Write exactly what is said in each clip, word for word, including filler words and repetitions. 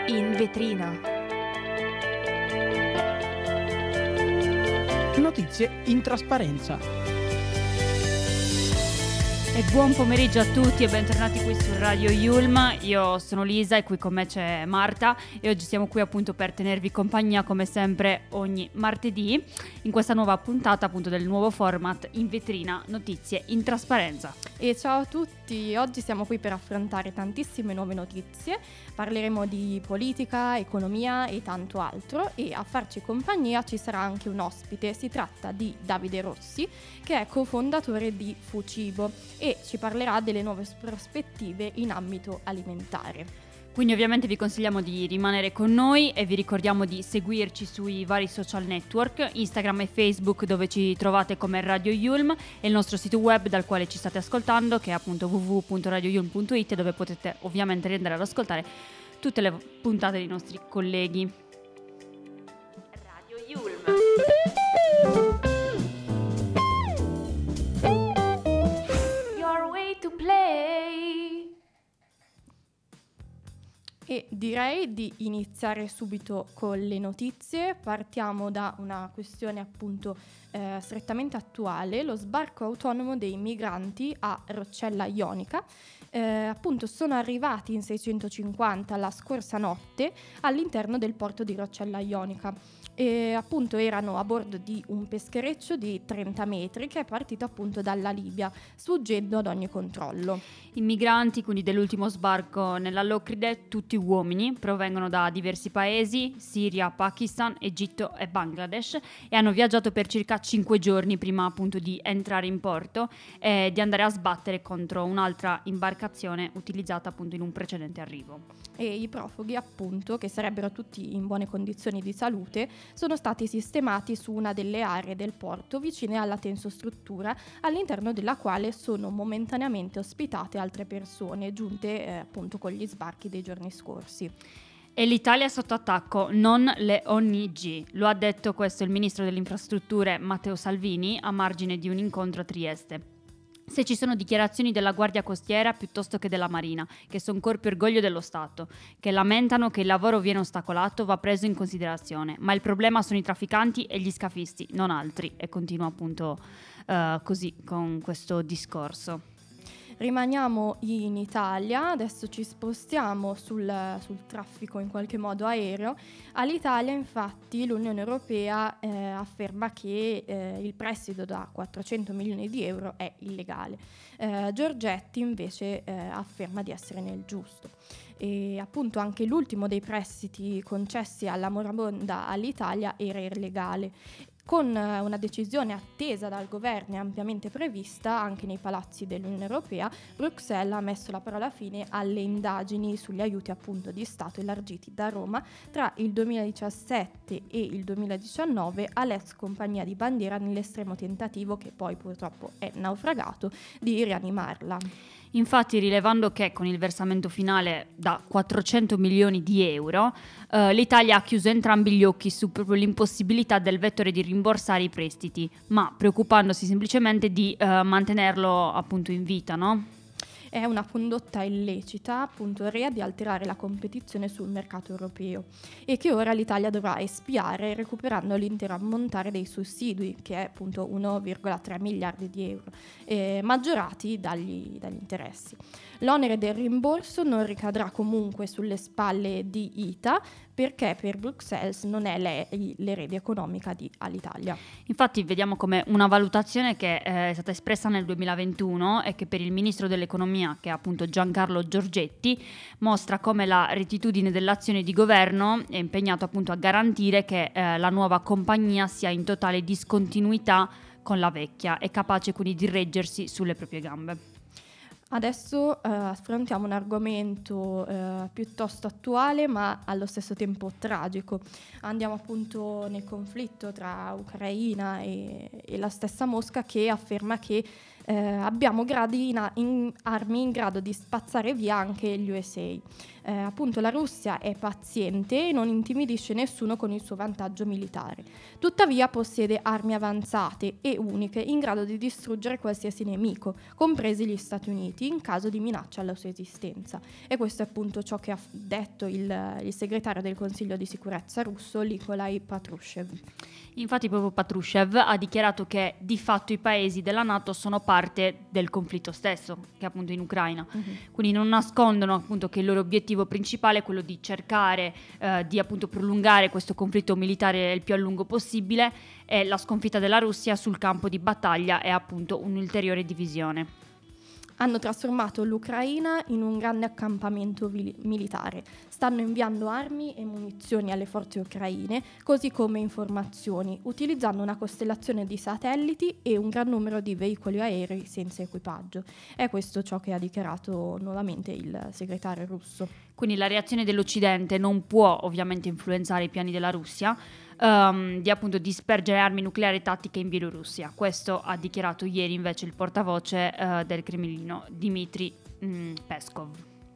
In vetrina. Notizie in trasparenza. E buon pomeriggio a tutti e bentornati qui su Radio Yulm. Io sono Lisa e qui con me c'è Marta e oggi siamo qui appunto per tenervi compagnia come sempre ogni martedì in questa nuova puntata appunto del nuovo format In vetrina, notizie in trasparenza. E ciao a tutti, oggi siamo qui per affrontare tantissime nuove notizie, parleremo di politica, economia e tanto altro e a farci compagnia ci sarà anche un ospite, si tratta di Davide Rossi che è cofondatore di Fucibo e ci parlerà delle nuove prospettive in ambito alimentare. Quindi ovviamente vi consigliamo di rimanere con noi e vi ricordiamo di seguirci sui vari social network, Instagram e Facebook dove ci trovate come Radio Yulm e il nostro sito web dal quale ci state ascoltando che è appunto w w w punto radio yulm punto it dove potete ovviamente andare ad ascoltare tutte le puntate dei nostri colleghi. Radio Yulm. Your way to play. E direi di iniziare subito con le notizie. Partiamo da una questione appunto eh, strettamente attuale, lo sbarco autonomo dei migranti a Roccella Ionica. Eh, appunto sono arrivati in seicentocinquanta la scorsa notte all'interno del porto di Roccella Ionica. E appunto erano a bordo di un peschereccio di trenta metri che è partito appunto dalla Libia, sfuggendo ad ogni controllo. I migranti, quindi dell'ultimo sbarco nella Locride, tutti uomini, provengono da diversi paesi, Siria, Pakistan, Egitto e Bangladesh, e hanno viaggiato per circa cinque giorni prima appunto di entrare in porto e di andare a sbattere contro un'altra imbarcazione utilizzata appunto in un precedente arrivo. E i profughi appunto, che sarebbero tutti in buone condizioni di salute, sono stati sistemati su una delle aree del porto vicine alla tensostruttura all'interno della quale sono momentaneamente ospitate altre persone giunte eh, appunto con gli sbarchi dei giorni scorsi. E l'Italia è sotto attacco, non le O N G. Lo ha detto questo il ministro delle infrastrutture Matteo Salvini a margine di un incontro a Trieste. Se ci sono dichiarazioni della Guardia Costiera piuttosto che della Marina, che sono corpi orgoglio dello Stato, che lamentano che il lavoro viene ostacolato, va preso in considerazione, ma il problema sono i trafficanti e gli scafisti, non altri, e continua appunto uh, così con questo discorso. Rimaniamo in Italia, adesso ci spostiamo sul, sul traffico in qualche modo aereo. All'Italia infatti l'Unione Europea eh, afferma che eh, il prestito da quattrocento milioni di euro è illegale. Eh, Giorgetti invece eh, afferma di essere nel giusto. E appunto anche l'ultimo dei prestiti concessi alla morabonda all'Italia era illegale. Con una decisione attesa dal governo e ampiamente prevista anche nei palazzi dell'Unione Europea, Bruxelles ha messo la parola fine alle indagini sugli aiuti appunto di Stato elargiti da Roma tra il duemiladiciassette e il duemiladiciannove all'ex compagnia di bandiera nell'estremo tentativo, che poi purtroppo è naufragato, di rianimarla. Infatti, rilevando che con il versamento finale da quattrocento milioni di euro, eh, l'Italia ha chiuso entrambi gli occhi su proprio l'impossibilità del vettore di rimborsare i prestiti, ma preoccupandosi semplicemente di eh, mantenerlo appunto in vita, no? È una condotta illecita, appunto, rea di alterare la competizione sul mercato europeo e che ora l'Italia dovrà espiare recuperando l'intero ammontare dei sussidi, che è appunto uno virgola tre miliardi di euro, eh, maggiorati dagli, dagli interessi. L'onere del rimborso non ricadrà comunque sulle spalle di I T A perché per Bruxelles non è le, l'erede economica di Alitalia. Infatti vediamo come una valutazione che è stata espressa nel duemilaventuno e che per il ministro dell'economia, che è appunto Giancarlo Giorgetti, mostra come la rettitudine dell'azione di governo è impegnato appunto a garantire che eh, la nuova compagnia sia in totale discontinuità con la vecchia e capace quindi di reggersi sulle proprie gambe. Adesso eh, affrontiamo un argomento eh, piuttosto attuale ma allo stesso tempo tragico. Andiamo appunto nel conflitto tra Ucraina e, e la stessa Mosca, che afferma che eh, abbiamo gradi in, in armi in grado di spazzare via anche gli U S A. Eh, appunto la Russia è paziente e non intimidisce nessuno con il suo vantaggio militare. Tuttavia possiede armi avanzate e uniche in grado di distruggere qualsiasi nemico, compresi gli Stati Uniti, in caso di minaccia alla sua esistenza. E questo è appunto ciò che ha detto il, il segretario del Consiglio di sicurezza russo, Nikolai Patrushev. Infatti proprio Patrushev ha dichiarato che di fatto i paesi della NATO sono parte del conflitto stesso, che è appunto in Ucraina. Uh-huh. Quindi non nascondono appunto che il loro obiettivo principale è quello di cercare eh, di appunto prolungare questo conflitto militare il più a lungo possibile, e la sconfitta della Russia sul campo di battaglia è appunto un'ulteriore divisione. Hanno trasformato l'Ucraina in un grande accampamento vi- militare. Stanno inviando armi e munizioni alle forze ucraine, così come informazioni, utilizzando una costellazione di satelliti e un gran numero di veicoli aerei senza equipaggio. È questo ciò che ha dichiarato nuovamente il segretario russo. Quindi la reazione dell'Occidente non può ovviamente influenzare i piani della Russia um, di appunto dispergere armi nucleari tattiche in Bielorussia. Questo ha dichiarato ieri invece il portavoce uh, del Cremlino, Dmitry mm, Peskov.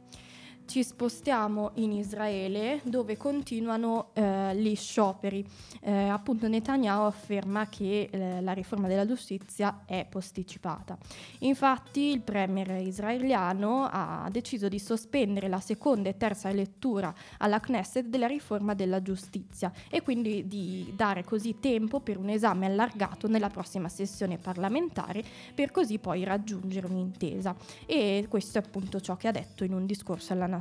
Ci spostiamo in Israele, dove continuano eh, gli scioperi. Eh, appunto Netanyahu afferma che eh, la riforma della giustizia è posticipata. Infatti il premier israeliano ha deciso di sospendere la seconda e terza lettura alla Knesset della riforma della giustizia e quindi di dare così tempo per un esame allargato nella prossima sessione parlamentare, per così poi raggiungere un'intesa. E questo è appunto ciò che ha detto in un discorso alla nazione.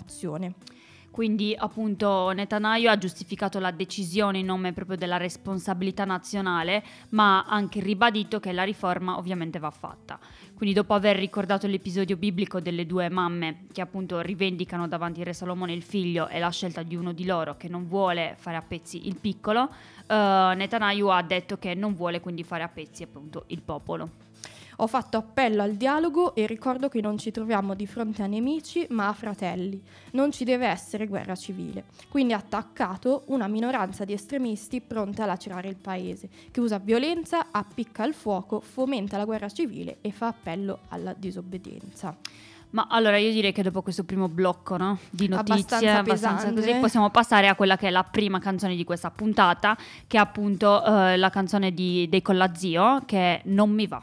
Quindi appunto Netanyahu ha giustificato la decisione in nome proprio della responsabilità nazionale, ma ha anche ribadito che la riforma ovviamente va fatta. Quindi dopo aver ricordato l'episodio biblico delle due mamme che appunto rivendicano davanti al re Salomone il figlio e la scelta di uno di loro che non vuole fare a pezzi il piccolo, uh, Netanyahu ha detto che non vuole quindi fare a pezzi appunto il popolo. Ho fatto appello al dialogo e ricordo che non ci troviamo di fronte a nemici ma a fratelli. Non ci deve essere guerra civile. Quindi ha attaccato una minoranza di estremisti pronta a lacerare il paese, che usa violenza, appicca il fuoco, fomenta la guerra civile e fa appello alla disobbedienza. Ma allora io direi che dopo questo primo blocco, no, di notizie abbastanza, abbastanza così, possiamo passare a quella che è la prima canzone di questa puntata, che è appunto uh, la canzone di, dei Collazio, che è Non mi va.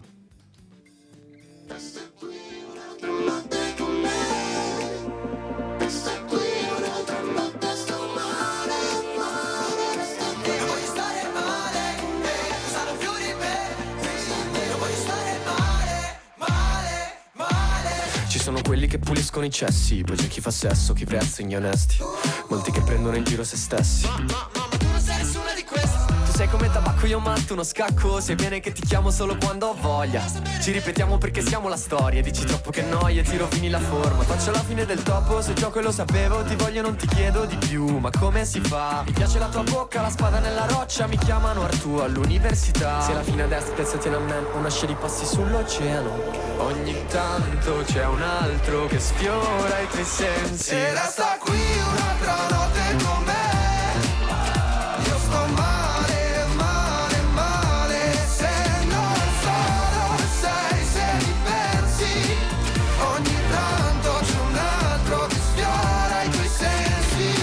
Sono quelli che puliscono i cessi, poi c'è chi fa sesso, chi prezza gli onesti, molti che prendono in giro se stessi. Ma, ma, ma, ma tu non sei nessuna di questi. Tu sei come tabacco, io matto uno scacco, sai bene che ti chiamo solo quando ho voglia. Ci ripetiamo perché siamo la storia, dici troppo che noia, ti rovini la forma. Faccio la fine del topo, se gioco e lo sapevo, ti voglio non ti chiedo di più, ma come si fa? Mi piace la tua bocca, la spada nella roccia, mi chiamano Artù all'università. Se la fine a destra, piazzati a me, una scia di passi sull'oceano. Ogni tanto c'è un altro che sfiora i tuoi sensi e resta qui un'altra notte con me. Io sto male, male, male. Se non so dove sei, se mi pensi. Ogni tanto c'è un altro che sfiora i tuoi sensi.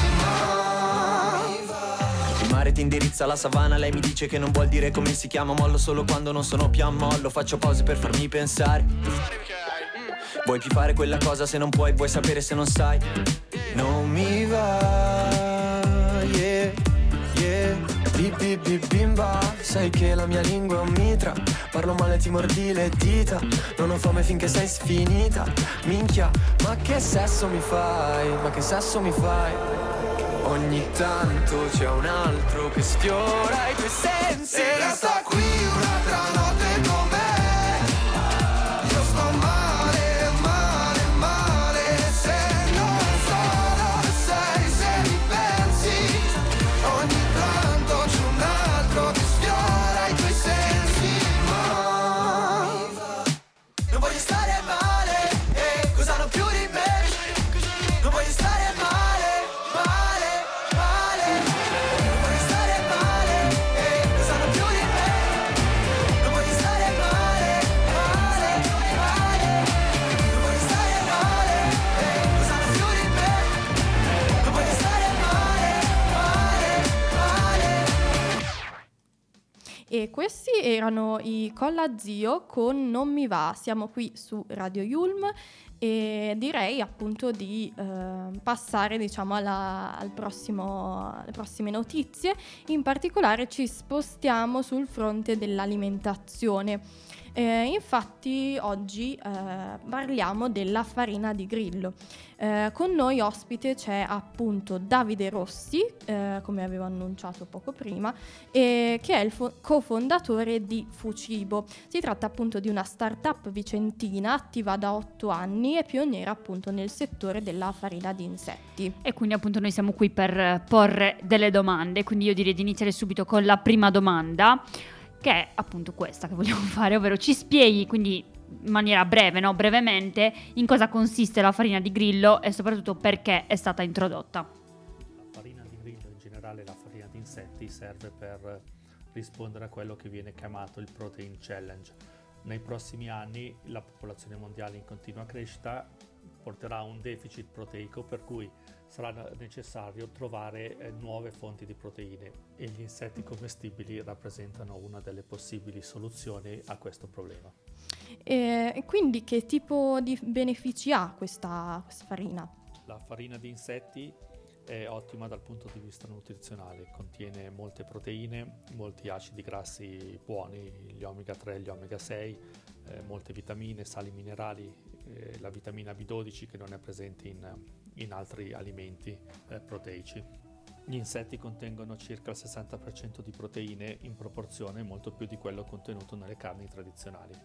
Mai va. Il mare ti indirizza alla savana, lei mi dice che non vuol dire come si chiama. Mollo solo quando non sono più a mollo, faccio pause per farmi pensare. Vuoi più fare quella cosa se non puoi, vuoi sapere se non sai. Non mi va, yeah, yeah. Bip bip bip bimba, sai che la mia lingua è un mitra. Parlo male, ti mordi le dita. Non ho fame finché sei sfinita. Minchia, ma che sesso mi fai, ma che sesso mi fai. Ogni tanto c'è un altro che sfiora i tuoi sensi e resta qui un'altra notte con me. Io sto male, male, male. Se non so dove sei, se mi pensi. Ogni tanto c'è un altro che sfiora i tuoi sensi. Mai va. Non voglio stare male, eh, cosa hanno più di me. Non voglio stare male. E questi erano i Colla Zio con Non mi va. Siamo qui su Radio Yulm e direi appunto di eh, passare diciamo alla, al prossimo, alle prossime notizie. In particolare ci spostiamo sul fronte dell'alimentazione. Eh, infatti oggi eh, parliamo della farina di grillo. Eh, con noi ospite c'è appunto Davide Rossi, eh, come avevo annunciato poco prima, eh, che è il fo- cofondatore di Fucibo. Si tratta appunto di una startup vicentina attiva da otto anni e pioniera appunto nel settore della farina di insetti. E quindi appunto noi siamo qui per porre delle domande, quindi io direi di iniziare subito con la prima domanda, che è appunto questa che vogliamo fare, ovvero ci spieghi quindi in maniera breve, no? brevemente, in cosa consiste la farina di grillo e soprattutto perché è stata introdotta. La farina di grillo, in generale la farina di insetti, serve per rispondere a quello che viene chiamato il Protein Challenge. Nei prossimi anni la popolazione mondiale in continua crescita porterà a un deficit proteico, per cui sarà necessario trovare eh, nuove fonti di proteine e gli insetti commestibili rappresentano una delle possibili soluzioni a questo problema. E quindi che tipo di benefici ha questa, questa farina? La farina di insetti è ottima dal punto di vista nutrizionale, contiene molte proteine, molti acidi grassi buoni, gli omega tre, gli omega sei, eh, molte vitamine, sali minerali, eh, la vitamina B dodici che non è presente in, in altri alimenti eh, proteici. Gli insetti contengono circa il sessanta per cento di proteine, in proporzione molto più di quello contenuto nelle carni tradizionali.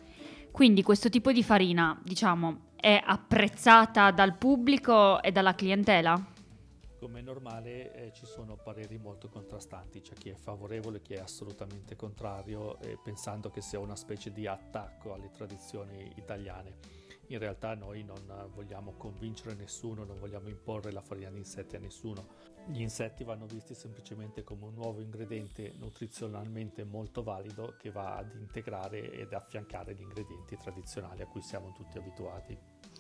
Quindi questo tipo di farina, diciamo, è apprezzata dal pubblico e dalla clientela? Come è normale eh, ci sono pareri molto contrastanti, c'è chi è favorevole e chi è assolutamente contrario, eh, pensando che sia una specie di attacco alle tradizioni italiane. In realtà noi non vogliamo convincere nessuno, non vogliamo imporre la farina di insetti a nessuno. Gli insetti vanno visti semplicemente come un nuovo ingrediente nutrizionalmente molto valido che va ad integrare ed affiancare gli ingredienti tradizionali a cui siamo tutti abituati.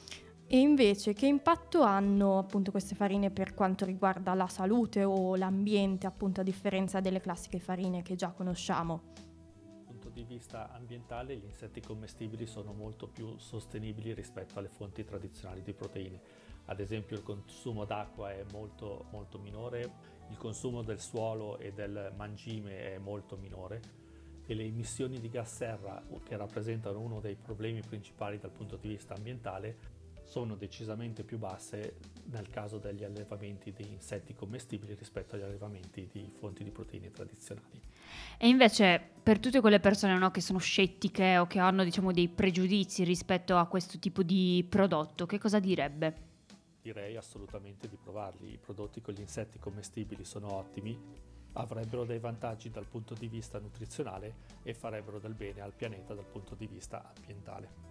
E invece che impatto hanno appunto queste farine per quanto riguarda la salute o l'ambiente, appunto a differenza delle classiche farine che già conosciamo? Dal punto di vista ambientale gli insetti commestibili sono molto più sostenibili rispetto alle fonti tradizionali di proteine. Ad esempio il consumo d'acqua è molto, molto minore, il consumo del suolo e del mangime è molto minore e le emissioni di gas serra, che rappresentano uno dei problemi principali dal punto di vista ambientale, sono decisamente più basse nel caso degli allevamenti di insetti commestibili rispetto agli allevamenti di fonti di proteine tradizionali. E invece per tutte quelle persone, no, che sono scettiche o che hanno diciamo dei pregiudizi rispetto a questo tipo di prodotto, che cosa direbbe? Direi assolutamente di provarli. I prodotti con gli insetti commestibili sono ottimi, avrebbero dei vantaggi dal punto di vista nutrizionale e farebbero del bene al pianeta dal punto di vista ambientale.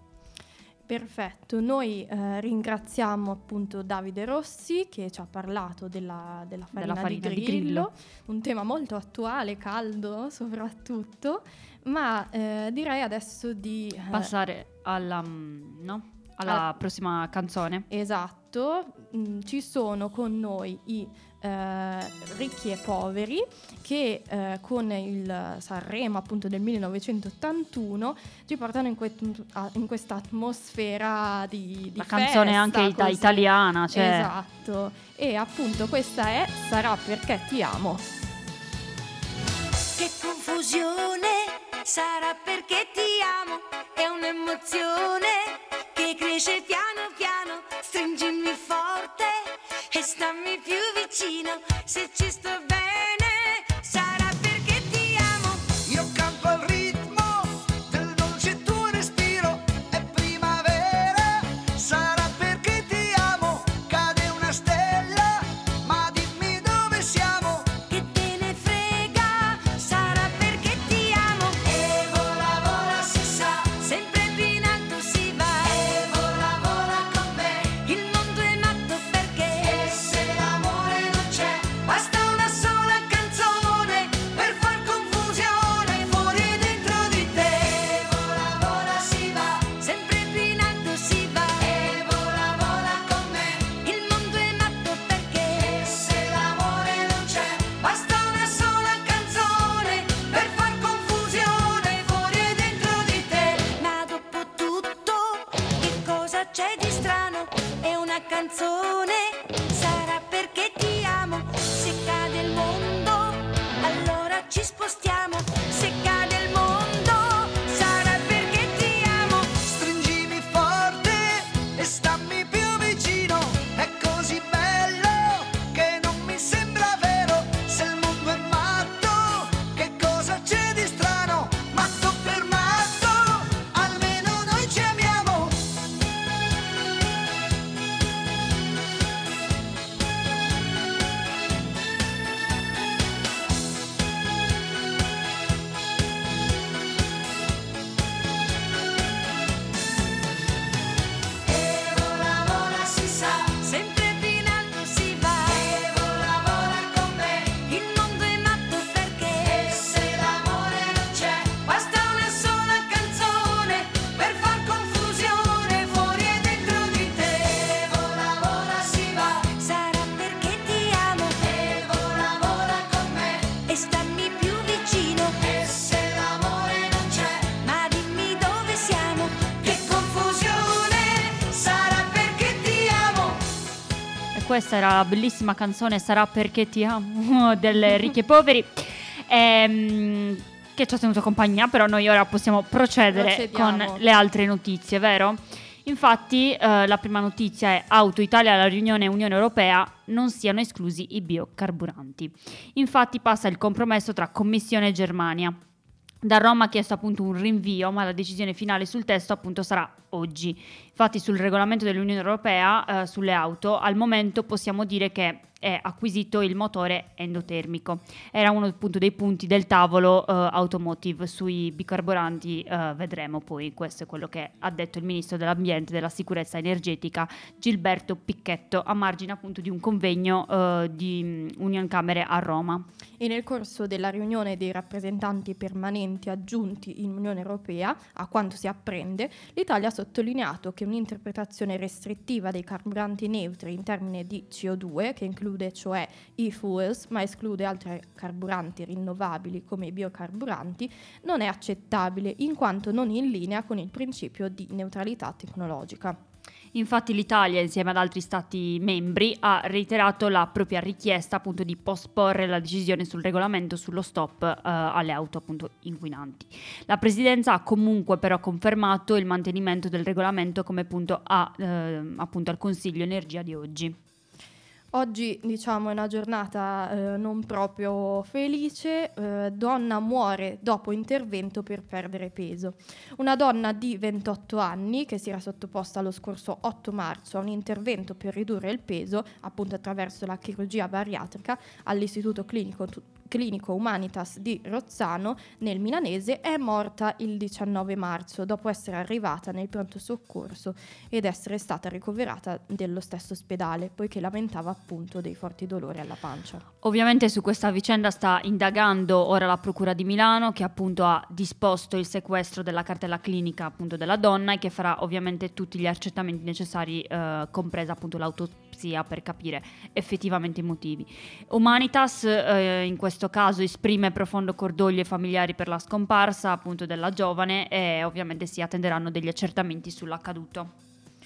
Perfetto, noi eh, ringraziamo appunto Davide Rossi che ci ha parlato della, della farina, della farina di, di grillo, grillo, un tema molto attuale, caldo soprattutto, ma eh, direi adesso di eh, passare alla, no? alla Ah. prossima canzone. Esatto, mm, ci sono con noi i eh, Ricchi e Poveri che eh, con il Sanremo appunto del millenovecentottantuno ci portano in, que- in questa atmosfera di, di La canzone festa, anche ita- così. italiana, cioè Esatto, e appunto questa è Sarà perché ti amo. Che confusione, sarà perché ti amo, è un'emozione che cresce piano piano, stringimi forte e stammi più vicino, se ci sto bene, sarà perché ti amo. Io canto al ritmo del dolce tuo respiro, è primavera, sarà perché ti amo, cade una stella, ma dimmi dove siamo. Che te ne frega, sarà perché ti amo. E vola vola si sa, sempre più in alto si va. E vola vola con me, Il mondo è matto perché e se l'amore non c'è, basta c'è di strano? È una canzone, sarà perché ti amo. Se cade il mondo, allora ci spostiamo. Se cade il mondo, sarà perché ti amo. Stringimi forte e stammi più vicino. È così bello che non mi sembra vero. Se il mondo è matto, che cosa c'è di strano? Matto per matto, almeno noi ci amiamo. E vola, vola, si sa, Sempre più in alto si va. e vola, vola con me. Il mondo è matto perché E se l'amore non c'è, basta una sola canzone per far confusione fuori e dentro di te. e vola, vola, si va. Sarà perché ti amo E vola, vola con me. e stammi più vicino. E se l'amore non c'è, Ma dimmi dove siamo, che confusione, sarà perché ti amo. E questa era la bellissima canzone Sarà perché ti amo delle Ricchi e Poveri, ehm, che ci ha tenuto compagnia, però noi ora possiamo procedere Procediamo. con le altre notizie, vero? Infatti eh, la prima notizia è Auto Italia alla riunione Unione Europea, non siano esclusi i biocarburanti. Infatti passa il compromesso tra Commissione e Germania. Da Roma ha chiesto appunto un rinvio, ma la decisione finale sul testo appunto sarà oggi. Infatti sul regolamento dell'Unione Europea eh, sulle auto al momento possiamo dire che è acquisito il motore endotermico. Era uno appunto dei punti del tavolo eh, automotive. Sui bicarburanti eh, vedremo poi, questo è quello che ha detto il ministro dell'ambiente e della sicurezza energetica Gilberto Picchetto a margine appunto di un convegno eh, di Unioncamere a Roma. E nel corso della riunione dei rappresentanti permanenti aggiunti in Unione Europea, a quanto si apprende, l'Italia ha sottolineato che un'interpretazione restrittiva dei carburanti neutri in termini di C O due, che include cioè i fuels, ma esclude altri carburanti rinnovabili come i biocarburanti, non è accettabile in quanto non in linea con il principio di neutralità tecnologica. Infatti l'Italia, insieme ad altri stati membri, ha reiterato la propria richiesta appunto di posporre la decisione sul regolamento sullo stop eh, alle auto appunto inquinanti. La Presidenza ha comunque però confermato il mantenimento del regolamento come punto a, eh, appunto al Consiglio Energia di oggi. Oggi diciamo è una giornata eh, non proprio felice, eh, donna muore dopo intervento per perdere peso. Una donna di ventotto anni che si era sottoposta lo scorso otto marzo a un intervento per ridurre il peso, appunto attraverso la chirurgia bariatrica all'Istituto Clinico, Clinico Humanitas di Rozzano nel Milanese, è morta il diciannove marzo dopo essere arrivata nel pronto soccorso ed essere stata ricoverata dello stesso ospedale poiché lamentava appunto dei forti dolori alla pancia. Ovviamente su questa vicenda sta indagando ora la Procura di Milano, che appunto ha disposto il sequestro della cartella clinica appunto della donna e che farà ovviamente tutti gli accertamenti necessari, eh, compresa appunto l'autopsia, per capire effettivamente i motivi. Humanitas eh, in questo caso esprime profondo cordoglio ai familiari per la scomparsa appunto della giovane e ovviamente si attenderanno degli accertamenti sull'accaduto.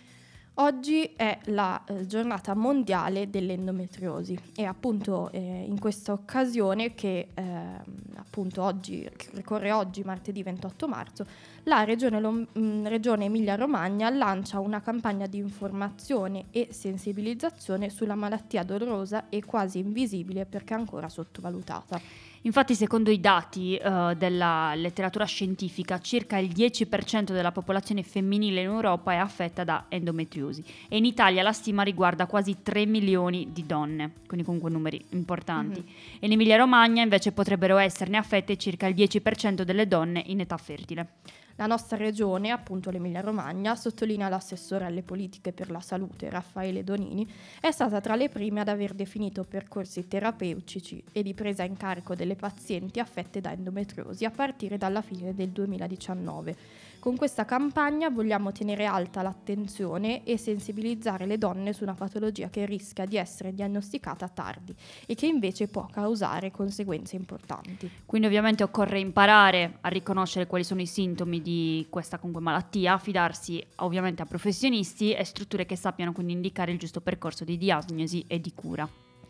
Oggi è la eh, giornata mondiale dell'endometriosi e appunto eh, in questa occasione che eh, appunto oggi ricorre oggi martedì ventotto marzo, la regione, Lom- mh, regione Emilia-Romagna lancia una campagna di informazione e sensibilizzazione sulla malattia dolorosa e quasi invisibile perché ancora sottovalutata. Infatti, secondo i dati uh, della letteratura scientifica, circa il dieci per cento della popolazione femminile in Europa è affetta da endometriosi e in Italia la stima riguarda quasi tre milioni di donne, quindi comunque numeri importanti. Mm-hmm. E in Emilia-Romagna invece potrebbero esserne affette circa il dieci per cento delle donne in età fertile. La nostra regione, appunto l'Emilia-Romagna, sottolinea l'assessore alle politiche per la salute Raffaele Donini, è stata tra le prime ad aver definito percorsi terapeutici e di presa in carico delle pazienti affette da endometriosi a partire dalla fine del duemiladiciannove. Con questa campagna vogliamo tenere alta l'attenzione e sensibilizzare le donne su una patologia che rischia di essere diagnosticata tardi e che invece può causare conseguenze importanti. Quindi ovviamente occorre imparare a riconoscere quali sono i sintomi di questa comunque malattia, affidarsi ovviamente a professionisti e strutture che sappiano quindi indicare il giusto percorso di diagnosi e di cura.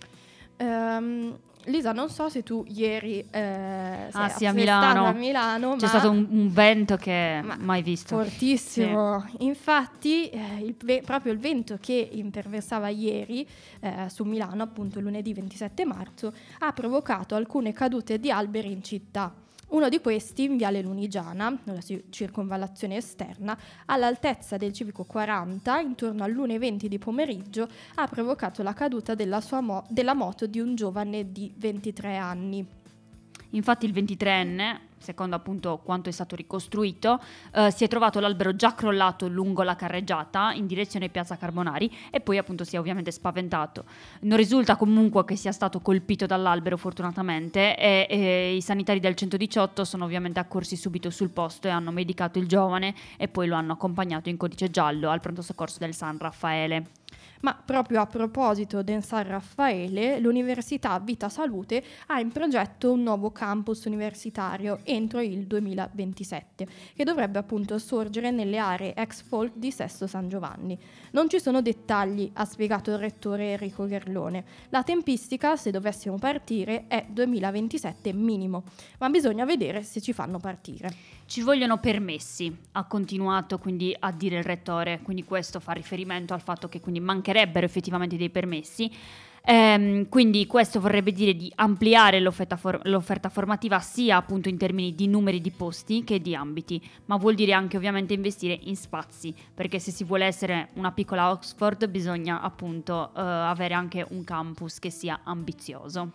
Um, Lisa, non so se tu ieri eh, sei, ah, sì, sei a Milano. stata a Milano, c'è ma stato un, un vento che ma mai visto. Fortissimo. Sì. Infatti, eh, il, proprio il vento che imperversava ieri eh, su Milano, appunto lunedì ventisette marzo, ha provocato alcune cadute di alberi in città. Uno di questi, in Viale Lunigiana, nella circonvallazione esterna, all'altezza del civico quaranta, intorno all'una e venti di pomeriggio, ha provocato la caduta della, sua mo- della moto di un giovane di ventitré anni. Infatti il ventitreenne, secondo appunto quanto è stato ricostruito, eh, si è trovato l'albero già crollato lungo la carreggiata in direzione Piazza Carbonari e poi appunto si è ovviamente spaventato. Non risulta comunque che sia stato colpito dall'albero fortunatamente e, e i sanitari del centodiciotto sono ovviamente accorsi subito sul posto e hanno medicato il giovane e poi lo hanno accompagnato in codice giallo al pronto soccorso del San Raffaele. Ma proprio a proposito del San Raffaele, l'Università Vita Salute ha in progetto un nuovo campus universitario entro il duemilaventisette, che dovrebbe appunto sorgere nelle aree ex folk di Sesto San Giovanni. Non ci sono dettagli, ha spiegato il rettore Enrico Gherlone. La tempistica, se dovessimo partire, è duemilaventisette minimo, ma bisogna vedere se ci fanno partire. Ci vogliono permessi, ha continuato quindi a dire il rettore, quindi questo fa riferimento al fatto che quindi mancherebbero effettivamente dei permessi. Ehm, quindi questo vorrebbe dire di ampliare l'offerta, for- l'offerta formativa sia appunto in termini di numeri di posti che di ambiti, ma vuol dire anche ovviamente investire in spazi, perché se si vuole essere una piccola Oxford bisogna appunto eh, avere anche un campus che sia ambizioso.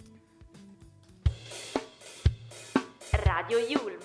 Radio Yulm.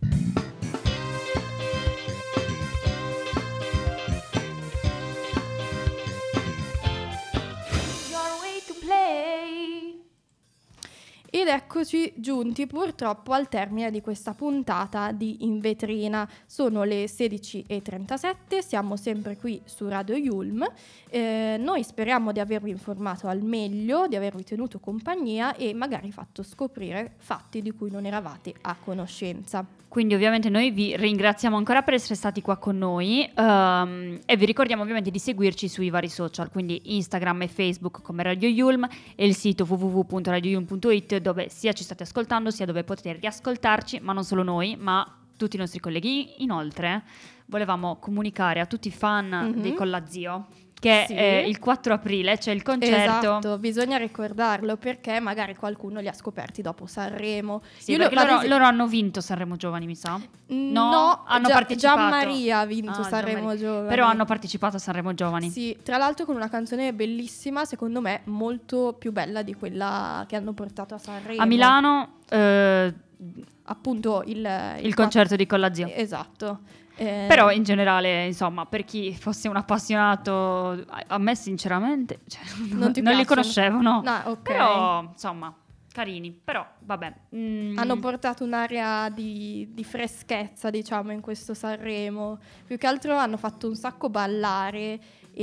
Ed eccoci giunti purtroppo al termine di questa puntata di In Vetrina. Sono le sedici e trentasette, siamo sempre qui su Radio Yulm. Eh, noi speriamo di avervi informato al meglio, di avervi tenuto compagnia e magari fatto scoprire fatti di cui non eravate a conoscenza. Quindi ovviamente noi vi ringraziamo ancora per essere stati qua con noi um, e vi ricordiamo ovviamente di seguirci sui vari social, quindi Instagram e Facebook come Radio Yulm e il sito w w w punto radio yulm punto i t dove sia ci state ascoltando sia dove potete riascoltarci, ma non solo noi, ma tutti i nostri colleghi. Inoltre volevamo comunicare a tutti i fan mm-hmm. dei Collazio che sì. eh, il quattro aprile c'è il concerto. Esatto, bisogna ricordarlo perché magari qualcuno li ha scoperti dopo Sanremo. Sì, Io perché lo, loro, es- loro hanno vinto Sanremo Giovani, mi sa. No, no hanno Gia- partecipato. Gianmaria ha vinto Ah, Sanremo Gianmaria. Giovani. Però hanno partecipato a Sanremo Giovani. Sì, tra l'altro con una canzone bellissima, secondo me molto più bella di quella che hanno portato a Sanremo. A Milano eh, appunto il, il, il concerto di Collazio. Esatto. Eh, Però in generale, insomma, per chi fosse un appassionato, a me sinceramente cioè, non, ti non li piacciono? conoscevo, no. No, ok. Però, insomma, carini. Però, vabbè. Mm. Hanno portato un'area di, di freschezza, diciamo, in questo Sanremo. Più che altro hanno fatto un sacco ballare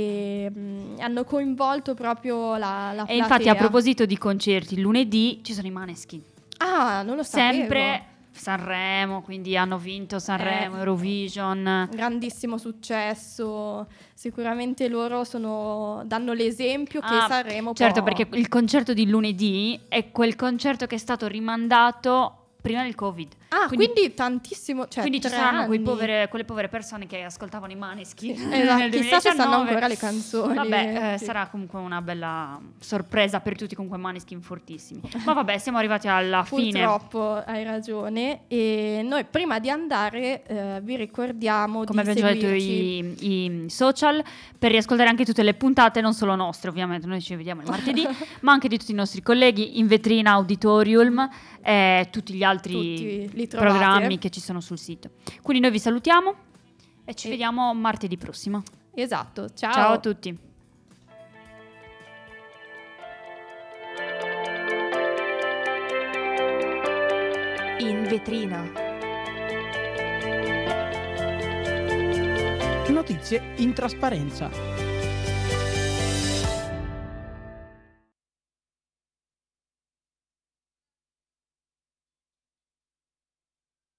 e mh, hanno coinvolto proprio la, la E infatti, a proposito di concerti, lunedì ci sono i Maneskin. Ah, non lo sapevo. Sempre Sanremo, quindi hanno vinto Sanremo, eh, Eurovision. Grandissimo successo. Sicuramente loro sono, danno l'esempio che Ah, Sanremo certo, può... perché il concerto di lunedì è quel concerto che è stato rimandato prima del Covid. Ah, quindi, quindi tantissimo, cioè quindi ci tre saranno quei anni. povere, quelle povere persone che ascoltavano i Maneskin. Esatto, chissà se sanno ancora le canzoni. Vabbè, eh, sì. sarà comunque una bella sorpresa per tutti, comunque Maneskin fortissimi. Ma vabbè, siamo arrivati alla fine. Purtroppo hai ragione. E noi prima di andare eh, vi ricordiamo come di abbiamo già detto seguirci i, i social per riascoltare anche tutte le puntate, non solo nostre ovviamente, noi ci vediamo il martedì, ma anche di tutti i nostri colleghi, In Vetrina, Auditorium e tutti gli altri Tutti li trovate. programmi che ci sono sul sito. Quindi noi vi salutiamo e ci E- vediamo martedì prossimo. Esatto, ciao. Ciao a tutti. In vetrina. Notizie in trasparenza.